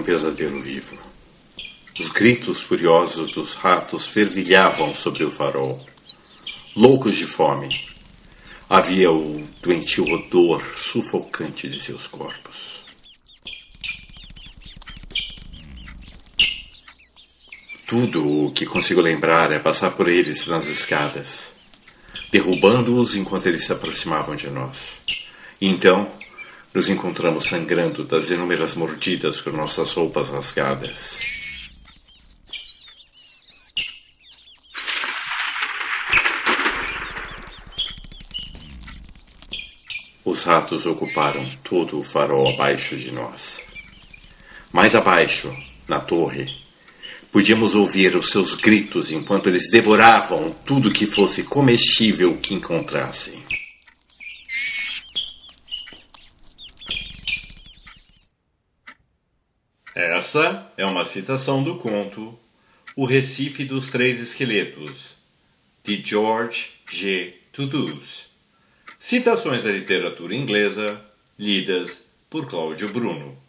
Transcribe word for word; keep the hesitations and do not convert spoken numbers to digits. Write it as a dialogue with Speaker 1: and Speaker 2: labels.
Speaker 1: pesadelo vivo. Os gritos furiosos dos ratos fervilhavam sobre o farol. Loucos de fome, havia o doentio odor sufocante de seus corpos. Tudo o que consigo lembrar é passar por eles nas escadas, derrubando-os enquanto eles se aproximavam de nós. E então, nos encontramos sangrando das inúmeras mordidas com nossas roupas rasgadas. Os ratos ocuparam todo o farol abaixo de nós. Mais abaixo, na torre, podíamos ouvir os seus gritos enquanto eles devoravam tudo que fosse comestível que encontrassem. Essa é uma citação do conto O Recife dos Três Esqueletos, de George G. Tuduz. Citações da literatura inglesa, lidas por Cláudio Bruno.